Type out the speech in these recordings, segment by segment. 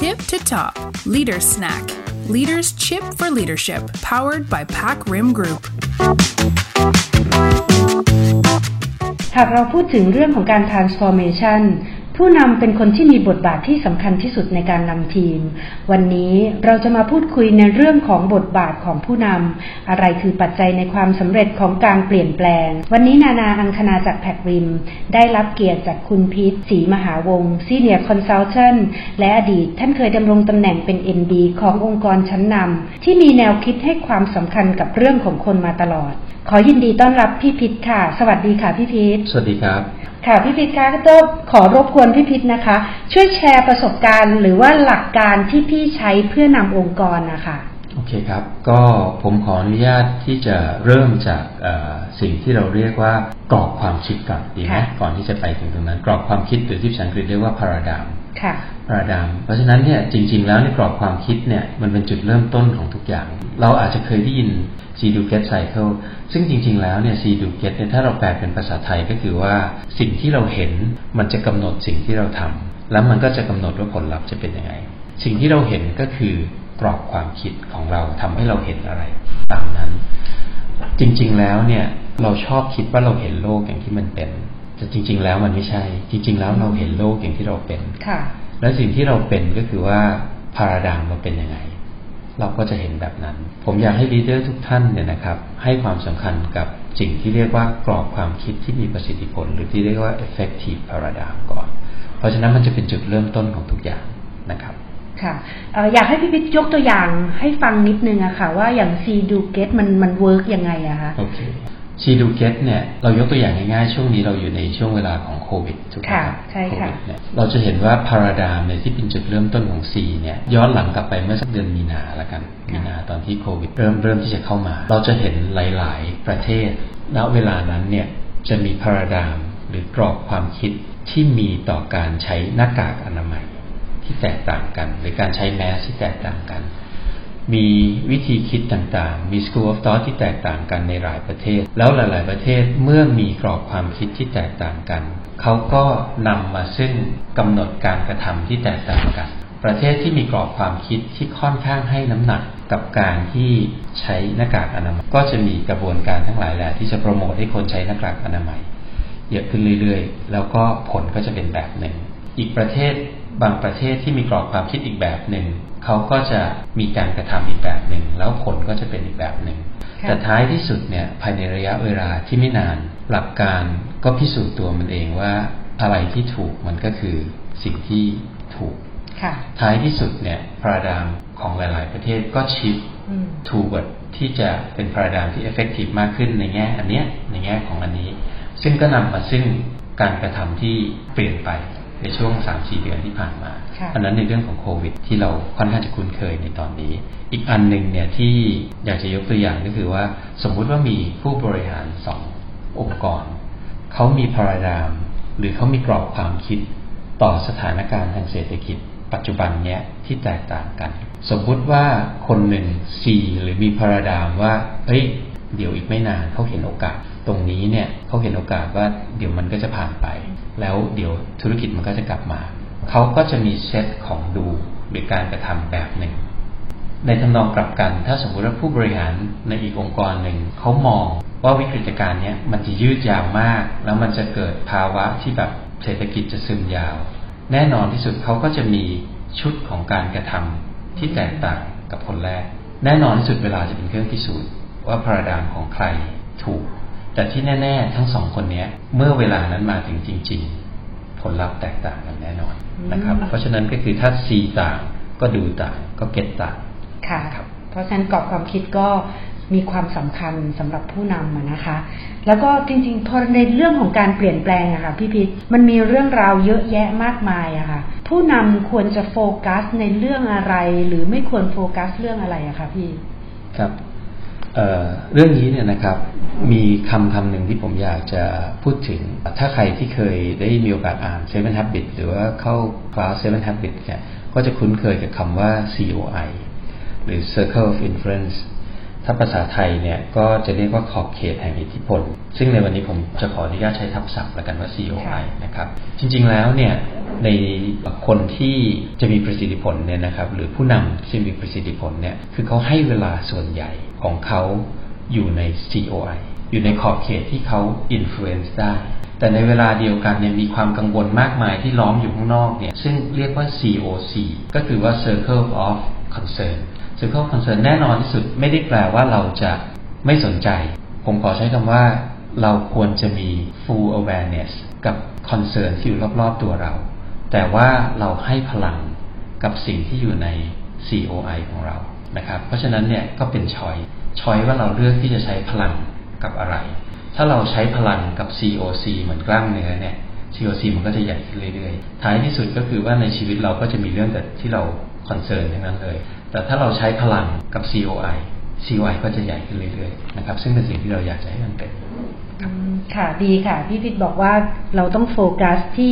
Tip to Top Leaders Snack Leaders Chip for Leadership Powered by Pac Rim Group หากเราพูดถึงเรื่องของการ transformation ผู้นำเป็นคนที่มีบทบาทที่สำคัญที่สุดในการนำทีมวันนี้เราจะมาพูดคุยในเรื่องของบทบาทของผู้นำอะไรคือปัจจัยในความสำเร็จของการเปลี่ยนแปลงวันนี้นานาอังคณาจากแพคริมได้รับเกียรติจากคุณพีทศรีมหาวงศ์ Senior Consultant และอดีตท่านเคยดำรงตำแหน่งเป็น MD ขององค์กรชั้นนำที่มีแนวคิดให้ความสำคัญกับเรื่องของคนมาตลอดขอยินดีต้อนรับพี่พิษค่ะสวัสดีค่ะพี่พิษสวัสดีครับค่ะพี่พิษคะก็ขอรบกวนพี่พิษนะคะช่วยแชร์ประสบการณ์หรือว่าหลักการที่พี่ใช้เพื่อนำองค์กรนะคะโอเคครับก็ผมขออนุญาตที่จะเริ่มจากสิ่งที่เราเรียกว่ากรอบความคิดก่อนดีไหมก่อนที่จะไปถึงตรงนั้นกรอบความคิดหรือที่ภาษาอังกฤษเรียกว่า paradigm ค่ะ paradigm เพราะฉะนั้นเนี่ยจริงๆแล้วในกรอบความคิดเนี่ยมันเป็นจุดเริ่มต้นของทุกอย่างเราอาจจะเคยได้ยิน see do get cycle ซึ่งจริงๆแล้วเนี่ย see do get เนี่ยถ้าเราแปลเป็นภาษาไทยก็คือว่าสิ่งที่เราเห็นมันจะกำหนดสิ่งที่เราทำแล้วมันก็จะกำหนดว่าผลลัพธ์จะเป็นยังไงสิ่งที่เราเห็นก็คือกรอบความคิดของเราทำให้เราเห็นอะไรตามนั้นจริงๆแล้วเนี่ยเราชอบคิดว่าเราเห็นโลกอย่างที่มันเป็นแต่จริงๆแล้วมันไม่ใช่จริงๆแล้วเราเห็นโลกอย่างที่เราเป็นและสิ่งที่เราเป็นก็คือว่าพาราไดม์เราเป็นยังไงเราก็จะเห็นแบบนั้นผมอยากให้ลีดเดอร์ทุกท่านเนี่ยนะครับให้ความสำคัญกับสิ่งที่เรียกว่ากรอบความคิดที่มีประสิทธิผลหรือที่เรียกว่า effective paradigm ก่อนเพราะฉะนั้นมันจะเป็นจุดเริ่มต้นของทุกอย่างนะครับค่ะอยากให้พี่พิษยกตัวอย่างให้ฟังนิดนึงอะค่ะว่าอย่าง see do get มันเวิร์กยังไงอะคะโอเค see do get เนี่ยเรายกตัวอย่างง่ายๆช่วงนี้เราอยู่ในช่วงเวลาของโควิดถูกไหมครับใช่ค่ะเราจะเห็นว่า paradigm เนี่ยที่เป็นจุดเริ่มต้นของ C เนี่ยย้อนหลังกลับไปเมื่อสักเดือนมีนาละกันมีนาตอนที่โควิดเริ่มที่จะเข้ามาเราจะเห็นหลายๆประเทศณเวลานั้นเนี่ยจะมี paradigm หรือกรอบความคิดที่มีต่อการใช้หน้ากากอนามัยที่แตกต่างกันหรือการใช้แมสที่แตกต่างกันมีวิธีคิดต่างๆมี school of thought ที่แตกต่างกันในหลายประเทศแล้วหลายๆประเทศเมื่อมีกรอบความคิดที่แตกต่างกันเขาก็นำมาซึ่งกำหนดการกระทำที่แตกต่างกันประเทศที่มีกรอบความคิดที่ค่อนข้างให้น้ำหนักกับการที่ใช้หน้ากากอนามัยก็จะมีกระบวนการทั้งหลายแหละที่จะโปรโมทให้คนใช้หน้ากากอนามัยเยอะขึ้นเรื่อยๆแล้วก็ผลก็จะเป็นแบบหนึ่งอีกประเทศบางประเทศที่มีกรอบความคิดอีกแบบหนึ่งเขาก็จะมีการกระทำอีกแบบหนึ่งแล้วผลก็จะเป็นอีกแบบหนึ่งแต่ท้ายที่สุดเนี่ยภายในระยะเวลาที่ไม่นานหลักการก็พิสูจน์ตัวมันเองว่าอะไรที่ถูกมันก็คือสิ่งที่ถูกท้ายที่สุดเนี่ยพาราไดม์ของหลายๆประเทศก็ชิฟtoward ที่จะเป็นพาราไดม์ที่ effective มากขึ้นในแง่อันเนี้ยในแง่ของอันนี้ซึ่งก็นำมาซึ่งการกระทำที่เปลี่ยนไปในช่วง 3-4 เดือนที่ผ่านมาอันนั้นในเรื่องของโควิดที่เราค่อนข้างจะคุ้นเคยในตอนนี้อีกอันนึงเนี่ยที่อยากจะยกตัวอย่างก็คือว่าสมมุติว่ามีผู้บริหาร2องค์กรเขามีพาราไดม์หรือเขามีกรอบความคิดต่อสถานการณ์ทางเศรษฐกิจปัจจุบันเนี้ยที่แตกต่างกันสมมุติว่าคนหนึ่ง C หรือมีพาราไดม์ว่าเดี๋ยวอีกไม่นานเขาเห็นโอกาสตรงนี้เนี่ยเขาเห็นโอกาสว่าเดี๋ยวมันก็จะผ่านไปแล้วเดี๋ยวธุรกิจมันก็จะกลับมาเขาก็จะมีเซตของดูหรือการกระทำแบบหนึ่งในทำนองกลับกันถ้าสมมติว่าผู้บริหารในอีกองค์กรหนึ่งเขามองว่าวิกฤตการณ์นี้มันจะยืดยาวมากแล้วมันจะเกิดภาวะที่แบบเศรษฐกิจจะซึมยาวแน่นอนที่สุดเขาก็จะมีชุดของการกระทำที่แตกต่างกับคนแรกแน่นอนที่สุดเวลาจะเป็นเครื่องพิสูจน์ว่าพาราไดม์ของใครถูกแต่ที่แน่ๆทั้งสองคนนี้เมื่อเวลานั้นมาถึงจริงๆผลลัพธ์แตกต่างกันแน่นอนนะครับเพราะฉะนั้นก็คือถ้า C ต่างก็ดูต่างก็เก็ตต่างค่ะเพราะฉะนั้นกรอบความคิดก็มีความสำคัญสำหรับผู้นำนะคะแล้วก็จริงๆพอในเรื่องของการเปลี่ยนแปลงอะค่ะพี่พิษมันมีเรื่องราวเยอะแยะมากมายอะค่ะผู้นำควรจะโฟกัสในเรื่องอะไรหรือไม่ควรโฟกัสเรื่องอะไรอะคะพี่ครับเรื่องนี้เนี่ยนะครับมีคำหนึ่งที่ผมอยากจะพูดถึงถ้าใครที่เคยได้มีโอกาสอ่าน Seven Habits หรือว่าเข้าคลาส Seven Habits เนี่ยก็จะคุ้นเคยกับคำว่า COI หรือ Circle of Influence ถ้าภาษาไทยเนี่ยก็จะเรียกว่าขอบเขตแห่งอิทธิพลซึ่งในวันนี้ผมจะขออนุญาตใช้ทับศัพท์แล้วกันว่า COI นะครับจริงๆแล้วเนี่ยในคนที่จะมีประสิทธิผลเนี่ยนะครับหรือผู้นำที่มีประสิทธิผลเนี่ยคือเขาให้เวลาส่วนใหญ่ของเขาอยู่ใน COI อยู่ในขอบเขตที่เขา influence ได้แต่ในเวลาเดียวกันเนี่ยมีความกังวลมากมายที่ล้อมอยู่ข้างนอกเนี่ยซึ่งเรียกว่า COC ก็คือว่า Circle of Concern Circle of Concern แน่นอนที่สุดไม่ได้แปลว่าเราจะไม่สนใจผมขอใช้คำว่าเราควรจะมี full awareness กับ concern ที่อยู่รอบๆตัวเราแต่ว่าเราให้พลังกับสิ่งที่อยู่ใน COI ของเรานะครับเพราะฉะนั้นเนี่ยก็เป็นช้อยว่าเราเลือกที่จะใช้พลังกับอะไรถ้าเราใช้พลังกับ COC เหมือนกล้ามเนื้อเนี่ย COC มันก็จะใหญ่ขึ้นเรื่อยๆท้ายที่สุดก็คือว่าในชีวิตเราก็จะมีเรื่องแต่ที่เราคอนเซิร์นทั้งนั้นเลยแต่ถ้าเราใช้พลังกับ COI ก็จะใหญ่ขึ้นเรื่อยๆนะครับซึ่งเป็นสิ่งที่เราอยากจะให้มันเป็นค่ะดีค่ะพี่พิษบอกว่าเราต้องโฟกัสที่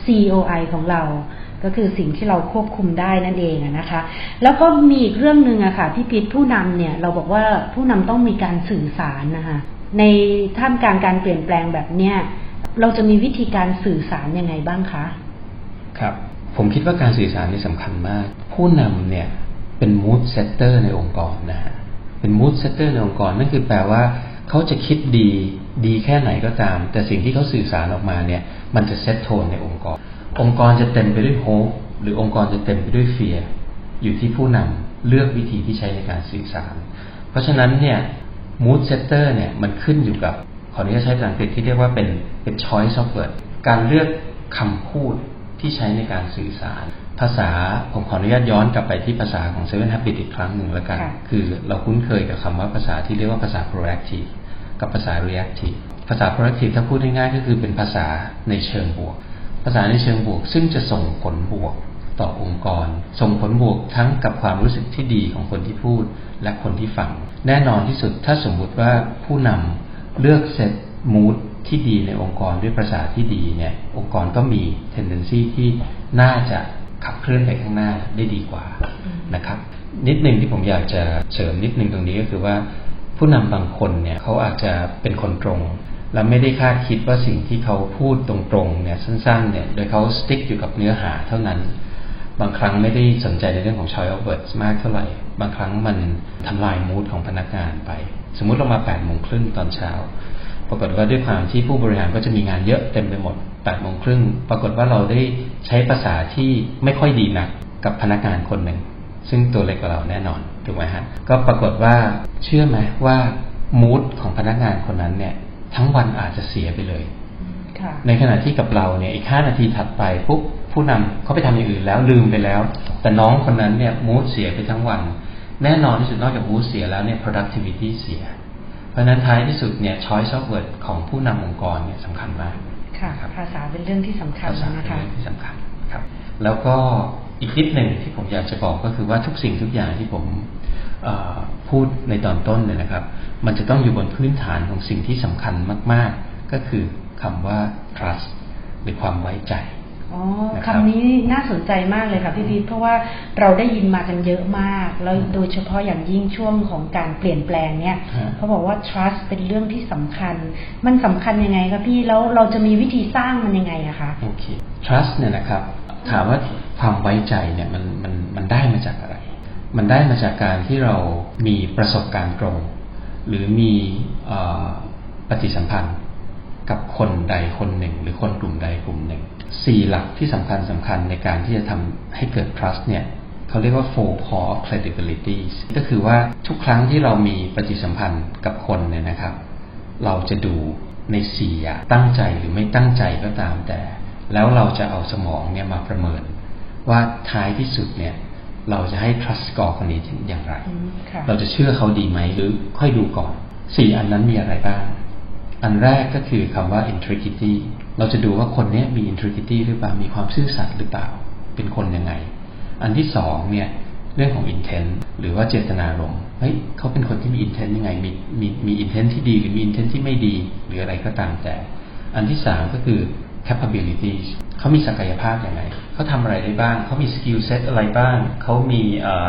COI ของเราก็คือสิ่งที่เราควบคุมได้นั่นเองนะคะแล้วก็มีอีกเรื่องนึงอะค่ะพี่พิษผู้นำเนี่ยเราบอกว่าผู้นำต้องมีการสื่อสารนะคะในท่ามกลางการเปลี่ยนแปลงแบบเนี้ยเราจะมีวิธีการสื่อสารยังไงบ้างคะครับผมคิดว่าการสื่อสารนี่สำคัญมากผู้นำเนี่ยเป็น mood setter ในองค์กรนะฮะเป็น mood setter ในองค์กรนั่นคือแปลว่าเขาจะคิดดีแค่ไหนก็ตามแต่สิ่งที่เขาสื่อสารออกมาเนี่ยมันจะเซตโทนในองค์กรจะเต็มไปด้วย hope หรือองค์กรจะเต็มไปด้วย fear อยู่ที่ผู้นำเลือกวิธีที่ใช้ในการสื่อสารเพราะฉะนั้นเนี่ย mood setter เนี่ยมันขึ้นอยู่กับขออนุญาตใช้ภาษาอังกฤษที่เรียกว่าเป็น choice of word การเลือกคำพูดที่ใช้ในการสื่อสารภาษาผมขออนุญาตย้อนกลับไปที่ภาษาของ Seven Habits อีกครั้งหนึ่งแล้วกันคือเราคุ้นเคยกับคำว่าภาษาที่เรียกว่าภาษา proactive กับภาษา reactive ภาษา proactive ถ้าพูดง่ายๆก็คือเป็นภาษาในเชิงบวกภาษาในเชิงบวกซึ่งจะส่งผลบวกต่อองค์กรส่งผลบวกทั้งกับความรู้สึกที่ดีของคนที่พูดและคนที่ฟังแน่นอนที่สุดถ้าสมมุติว่าผู้นำเลือกเซตมูดที่ดีในองค์กรด้วยภาษาที่ดีเนี่ยองค์กรก็มี tendency ที่น่าจะขับเคลื่อนไปข้างหน้าได้ดีกว่านะครับนิดนึงที่ผมอยากจะเสริมนิดนึงตรงนี้ก็คือว่าผู้นำบางคนเนี่ยเขาอาจจะเป็นคนตรงและไม่ได้คาดคิดว่าสิ่งที่เขาพูดตรงๆเนี่ยสั้นๆเนี่ยโดยเขาสติ๊กอยู่กับเนื้อหาเท่านั้นบางครั้งไม่ได้สนใจในเรื่องของ choice of words มากเท่าไหร่บางครั้งมันทำลายมูดของพนักงานไปสมมุติเรามา 8:30 น.ตอนเช้าปรากฏว่าด้วยความที่ผู้บริหารก็จะมีงานเยอะเต็มไปหมด 8:30 น.ปรากฏว่าเราได้ใช้ภาษาที่ไม่ค่อยดีนักกับพนักงานคนหนึ่งซึ่งตัวเล็กกว่าเราแน่นอนถูกไหมฮะก็ปรากฏว่าเชื่อไหมว่ามูดของพนักงานคนนั้นเนี่ยทั้งวันอาจจะเสียไปเลยในขณะที่กับเราเนี่ยอีก5 นาทีถัดไปปุ๊บผู้นำเขาไปทำอย่างอื่นแล้วลืมไปแล้วแต่น้องคนนั้นเนี่ยมูดเสียไปทั้งวันแน่นอนที่สุดนอกจากมูดเสียแล้วเนี่ย productivity เสียเพราะนั้นท้ายที่สุดเนี่ย choice of word ของผู้นำองค์กรเนี่ยสำคัญมากค่ะภาษาเป็นเรื่องที่สำคัญนะคะภาษาเป็นเรื่องที่สำคัญครับแล้วก็อีกนิดหนึ่งที่ผมอยากจะบอกก็คือว่าทุกสิ่งทุกอย่างที่ผมพูดในตอนต้นเนี่ยนะครับมันจะต้องอยู่บนพื้นฐานของสิ่งที่สำคัญมากๆก็คือคำว่า trust หรือความไว้ใจคำนี้น่าสนใจมากเลยค่ะพี่พีทเพราะว่าเราได้ยินมากันเยอะมากแล้วโดยเฉพาะอย่างยิ่งช่วงของการเปลี่ยนแปลงเนี่ยเขาบอกว่า trust เป็นเรื่องที่สำคัญมันสำคัญยังไงคะพี่แล้วเราจะมีวิธีสร้างมันยังไงอะคะโอเค trust เนี่ยนะครับถามว่าความไว้ใจเนี่ยมันได้มาจากอะไรมันได้มาจากการที่เรามีประสบการณ์ตรงหรือมีปฏิสัมพันธ์กับคนใดคนหนึ่งหรือคนกลุ่มใดกลุ่มหนึ่ง4 หลักที่สำคัญในการที่จะทำให้เกิด trust เนี่ยเขาเรียกว่า 4 core of credibility ก็คือว่าทุกครั้งที่เรามีปฏิสัมพันธ์กับคนเนี่ยนะครับเราจะดูใน4 อย่างตั้งใจหรือไม่ตั้งใจก็ตามแต่แล้วเราจะเอาสมองเนี่ยมาประเมินว่าท้ายที่สุดเนี่ยเราจะให้ trust score คนนี้อย่างไรเราจะเชื่อเขาดีไหมหรือค่อยดูก่อน4 อันนั้นมีอะไรบ้างอันแรกก็คือคำว่า integrity เราจะดูว่าคนนี้มี integrity หรือเปล่ามีความซื่อสัตย์หรือเปล่าเป็นคนยังไงอันที่2เนี่ยเรื่องของ intent หรือว่าเจตนารมณ์เฮ้ยเขาเป็นคนที่มี intent ยังไงมี intent ที่ดีหรือมี intent ที่ไม่ดีหรืออะไรก็ตามแต่อันที่3ก็คือ capabilities เขามีศักยภาพอย่างไรเขาทำอะไรได้บ้างเขามี skill set อะไรบ้างเขามี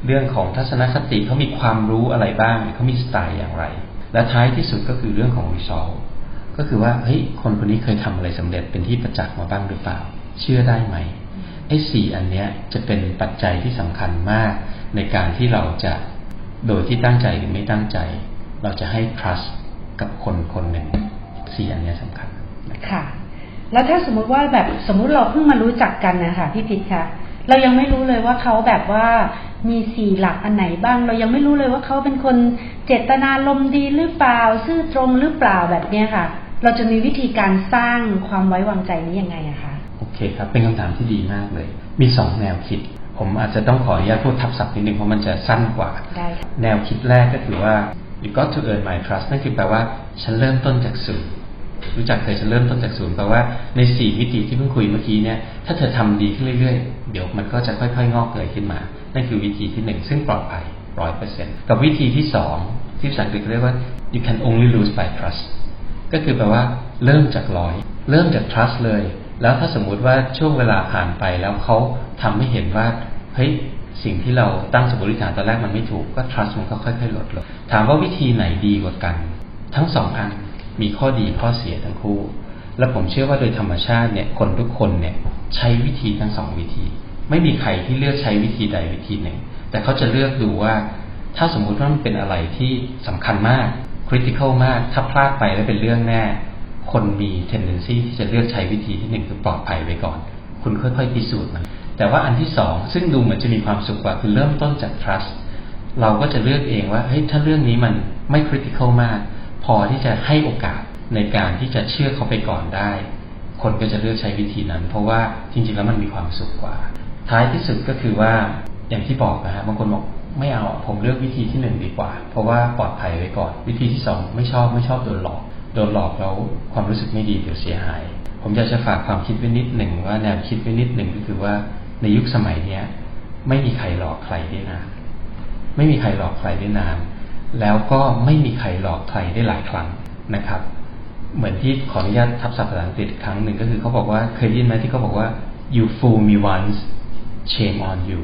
เรื่องของทัศนคติเขามีความรู้อะไรบ้างเขามีสไตล์อย่างไรและท้ายที่สุดก็คือเรื่องของ result ก็คือว่าเฮ้ยคนคนนี้เคยทำอะไรสำเร็จเป็นที่ประจักษ์มาบ้างหรือเปล่าเชื่อได้ไหมไอ้4อันเนี้ยจะเป็นปัจจัยที่สำคัญมากในการที่เราจะโดยที่ตั้งใจหรือไม่ตั้งใจเราจะให้ trust กับคนคนหนึ่ง4อันเนี้ยสำคัญค่ะแล้วถ้าสมมุติว่าแบบสมมุติเราเพิ่งมารู้จักกันนะคะพี่พิษคะเรายังไม่รู้เลยว่าเขาแบบว่ามี4หลักอันไหนบ้างเรายังไม่รู้เลยว่าเขาเป็นคนเจตนาลมดีหรือเปล่าซื่อตรงหรือเปล่าแบบเนี้ยค่ะเราจะมีวิธีการสร้างความไว้วางใจนี้ยังไงอะคะโอเคครับเป็นคำถามที่ดีมากเลยมี2แนวคิดผมอาจจะต้องขออนุญาตพูดทับศัพท์นิดนึงเพราะมันจะสั้นกว่าได้แนวคิดแรกก็คือว่า you got to earn my trust นั่นคือแปลว่าฉันเริ่มต้นจากศูนย์รู้จักฉันเริ่มต้นจากศูนย์แปลว่าใน4มิติที่เพิ่งคุยเมื่อกี้เนี่ยถ้าเธอทำดีขึ้นเรื่อยๆเดี๋ยวมันก็จะค่อยๆงอกเงยขึ้นมานั่นคือวิธีที่1ซึ่งปลอดภัย 100% กับวิธีที่2ที่ภาษาอังกฤษเรียกว่า you can only lose by trust ก็คือแปลว่าเริ่มจาก100เริ่มจาก trust เลยแล้วถ้าสมมุติว่าช่วงเวลาผ่านไปแล้วเขาทำให้เห็นว่าเฮ้ยสิ่งที่เราตั้งสมมติฐานตอนแรกมันไม่ถูกก็ trust มันก็ค่อยๆลดลงถามว่าวิธีไหนดีกว่ากันทั้ง2อันมีข้อดีข้อเสียทั้งคู่และผมเชื่อว่าโดยธรรมชาติเนี่ยคนทุกคนเนี่ยใช้วิธีทั้ง2วิธีไม่มีใครที่เลือกใช้วิธีใดวิธีหนึ่งแต่เขาจะเลือกดูว่าถ้าสมมุติว่ามันเป็นอะไรที่สำคัญมาก critical มากถ้าพลาดไปแล้วเป็นเรื่องแน่คนมี tendency ที่จะเลือกใช้วิธีที่1คือปลอดภัยไว้ก่อนคุณค่อยๆพิสูจน์มันแต่ว่าอันที่2ซึ่งดูเหมือนจะมีความสุขกว่าคือเริ่มต้นจาก trust เราก็จะเลือกเองว่าเฮ้ยถ้าเรื่องนี้มันไม่ critical มากพอที่จะให้โอกาสในการที่จะเชื่อเขาไปก่อนได้คนก็จะเลือกใช้วิธีนั้นเพราะว่าจริงๆแล้วมันมีความสุขกว่าท้ายที่สุดก็คือว่าอย่างที่บอกนะฮะบางคนบอกไม่เอาผมเลือกวิธีที่1ดีกว่าเพราะว่าปลอดภัยไว้ก่อนวิธีที่2ไม่ชอบโดนหลอกแล้วความรู้สึกไม่ดีเดี๋ยวเสียหายผมอยากจะฝากความคิดไว้นิดหนึ่งว่าแนวคิดไว้นิดหนึ่งก็คือว่าในยุคสมัยนี้ไม่มีใครหลอกใครได้นานไม่มีใครหลอกใครได้นานแล้วก็ไม่มีใครหลอกใครได้หลายครั้งนะครับเหมือนที่ขออนุญาตทับศัพท์ภาษาอังกฤษครั้งหนึ่งก็คือเขาบอกว่าเคยได้ยินไหมที่เขาบอกว่า you fool me once shame on you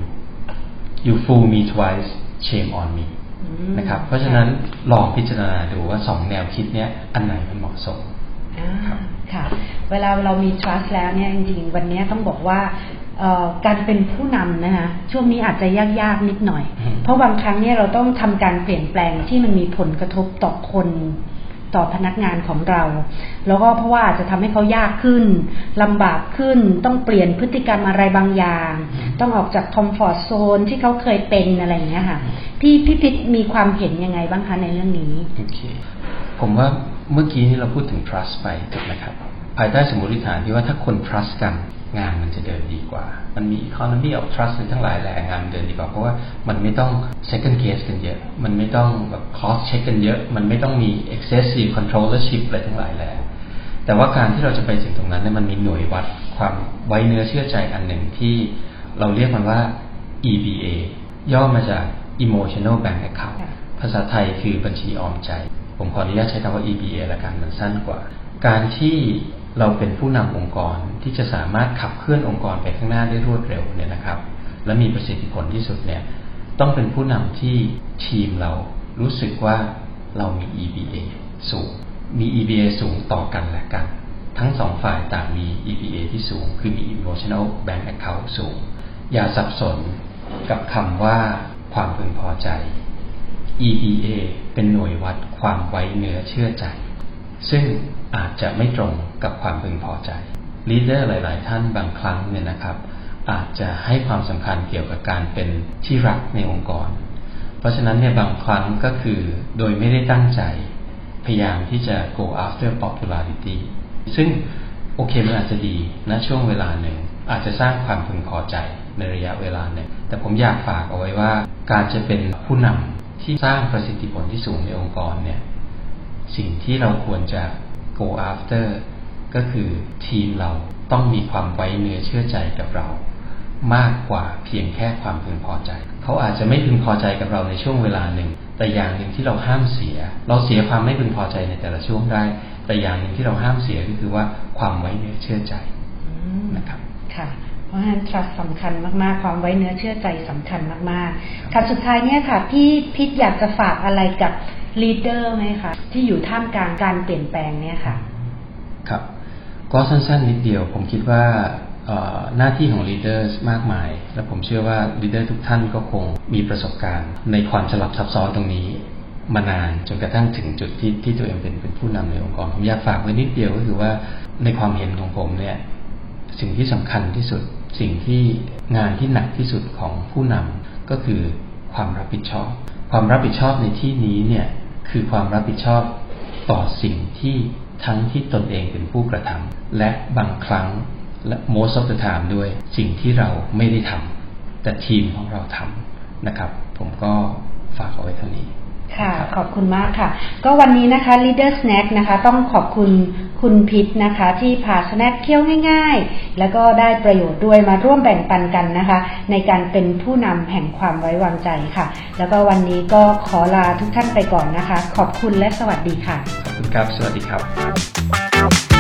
you fool me twice shame on me นะครับเพราะฉะนั้นลองพิจารณาดูว่า2แนวคิดเนี้ยอันไหนมันเหมาะสมค่ะเวลาเรามี trust แล้วเนี่ยจริงๆวันนี้ต้องบอกว่าการเป็นผู้นำนะคะช่วงนี้อาจจะยากๆนิดหน่อยเพราะบางครั้งเนี่ยเราต้องทำการเปลี่ยนแปลงที่มันมีผลกระทบต่อคนต่อพนักงานของเราแล้วก็เพราะว่าอาจจะทำให้เขายากขึ้นลำบากขึ้นต้องเปลี่ยนพฤติกรรมอะไรบางอย่างต้องออกจากคอมฟอร์ตโซนที่เขาเคยเป็นอะไรอย่างเงี้ยค่ะพี่พิษมีความเห็นยังไงบ้างคะในเรื่องนี้โอเคผมว่าเมื่อกี้นี้เราพูดถึง trust ไปถูกไหมครับภายใต้สมมติฐานที่ว่าถ้าคน trust กันงานมันจะเดินดีกว่ามันมี economy of trust ทั้งหลายแหล่งานเดินดีกว่าเพราะว่ามันไม่ต้อง second guess กันเยอะมันไม่ต้องแบบ cross check กันเยอะมันไม่ต้องมี excessive controllership อะไรทั้งหลายแหล่แต่ว่าการที่เราจะไปถึงตรงนั้นเนี่ยมันมีหน่วยวัดความไว้เนื้อเชื่อใจอันหนึ่งที่เราเรียกมันว่า EBA ย่อมาจาก emotional bank account ภาษาไทยคือบัญชีออมใจผมขออนุญาตใช้คำว่า EBA ละกันมันสั้นกว่าการที่เราเป็นผู้นำองค์กรที่จะสามารถขับเคลื่อนองค์กรไปข้างหน้าได้รวดเร็วเนี่ยนะครับและมีประสิทธิผลที่สุดเนี่ยต้องเป็นผู้นำที่ทีมเรารู้สึกว่าเรามี EBA สูงมี EBA สูงต่อกันและกันทั้งสองฝ่ายต่างมี EBA ที่สูงคือมี Emotional Bank Account สูงอย่าสับสนกับคำว่าความพึงพอใจ EBA เป็นหน่วยวัดความไว้เนื้อเชื่อใจซึ่งอาจจะไม่ตรงกับความพึงพอใจลีดเดอร์หลายๆท่านบางครั้งเนี่ยนะครับอาจจะให้ความสำคัญเกี่ยวกับการเป็นที่รักในองค์กรเพราะฉะนั้นเนี่ยบางครั้งก็คือโดยไม่ได้ตั้งใจพยายามที่จะ go after popularity ซึ่งโอเคมันอาจจะดีณช่วงเวลาหนึ่งอาจจะสร้างความพึงพอใจในระยะเวลาหนึ่งแต่ผมอยากฝากเอาไว้ว่าการจะเป็นผู้นำที่สร้างประสิทธิผลที่สูงในองค์กรเนี่ยสิ่งที่เราควรจะ go after ก็คือทีมเราต้องมีความไว้เนื้อเชื่อใจกับเรามากกว่าเพียงแค่ความพึงพอใจเขาอาจจะไม่พึงพอใจกับเราในช่วงเวลาหนึ่งแต่อย่างหนึ่งที่เราห้ามเสียเราเสียความไม่พึงพอใจในแต่ละช่วงได้แต่อย่างหนึ่งที่เราห้ามเสียก็คือว่าความไว้เนื้อเชื่อใจนะครับค่ะเพราะฉะนั้น trust สำคัญมากๆความไว้เนื้อเชื่อใจสำคัญมากๆค่ะสุดท้ายเนี่ยค่ะพี่พิษอยากจะฝากอะไรกับ leader ไหมคะที่อยู่ท่ามกลางการเปลี่ยนแปลงเนี่ยค่ะครับก็สั้นๆนิดเดียวผมคิดว่าหน้าที่ของ leaders มากมายและผมเชื่อว่า leader ทุกท่านก็คงมีประสบการณ์ในความสลับซับซ้อนตรงนี้มานานจนกระทั่งถึงจุดที่ตัวเองเป็นผู้นำในองค์กรผมอยากฝากไว้นิดเดียวก็คือว่าในความเห็นของผมเนี่ยสิ่งที่สำคัญที่สุดสิ่งที่งานที่หนักที่สุดของผู้นำก็คือความรับผิดชอบความรับผิดชอบในที่นี้เนี่ยคือความรับผิดชอบต่อสิ่งที่ทั้งที่ตนเองเป็นผู้กระทำและบางครั้งและ most of the time ด้วยสิ่งที่เราไม่ได้ทำแต่ทีมของเราทำนะครับผมก็ฝากเอาไว้เท่านี้ค่ะขอบคุณมากค่ะก็วันนี้นะคะ Leader Snack นะคะต้องขอบคุณคุณพิษนะคะที่พาสแน็คเคี้ยวง่ายๆแล้วก็ได้ประโยชน์ด้วยมาร่วมแบ่งปันกันนะคะในการเป็นผู้นำแห่งความไว้วางใจค่ะแล้วก็วันนี้ก็ขอลาทุกท่านไปก่อนนะคะขอบคุณและสวัสดีค่ะขอบคุณครับสวัสดีครับ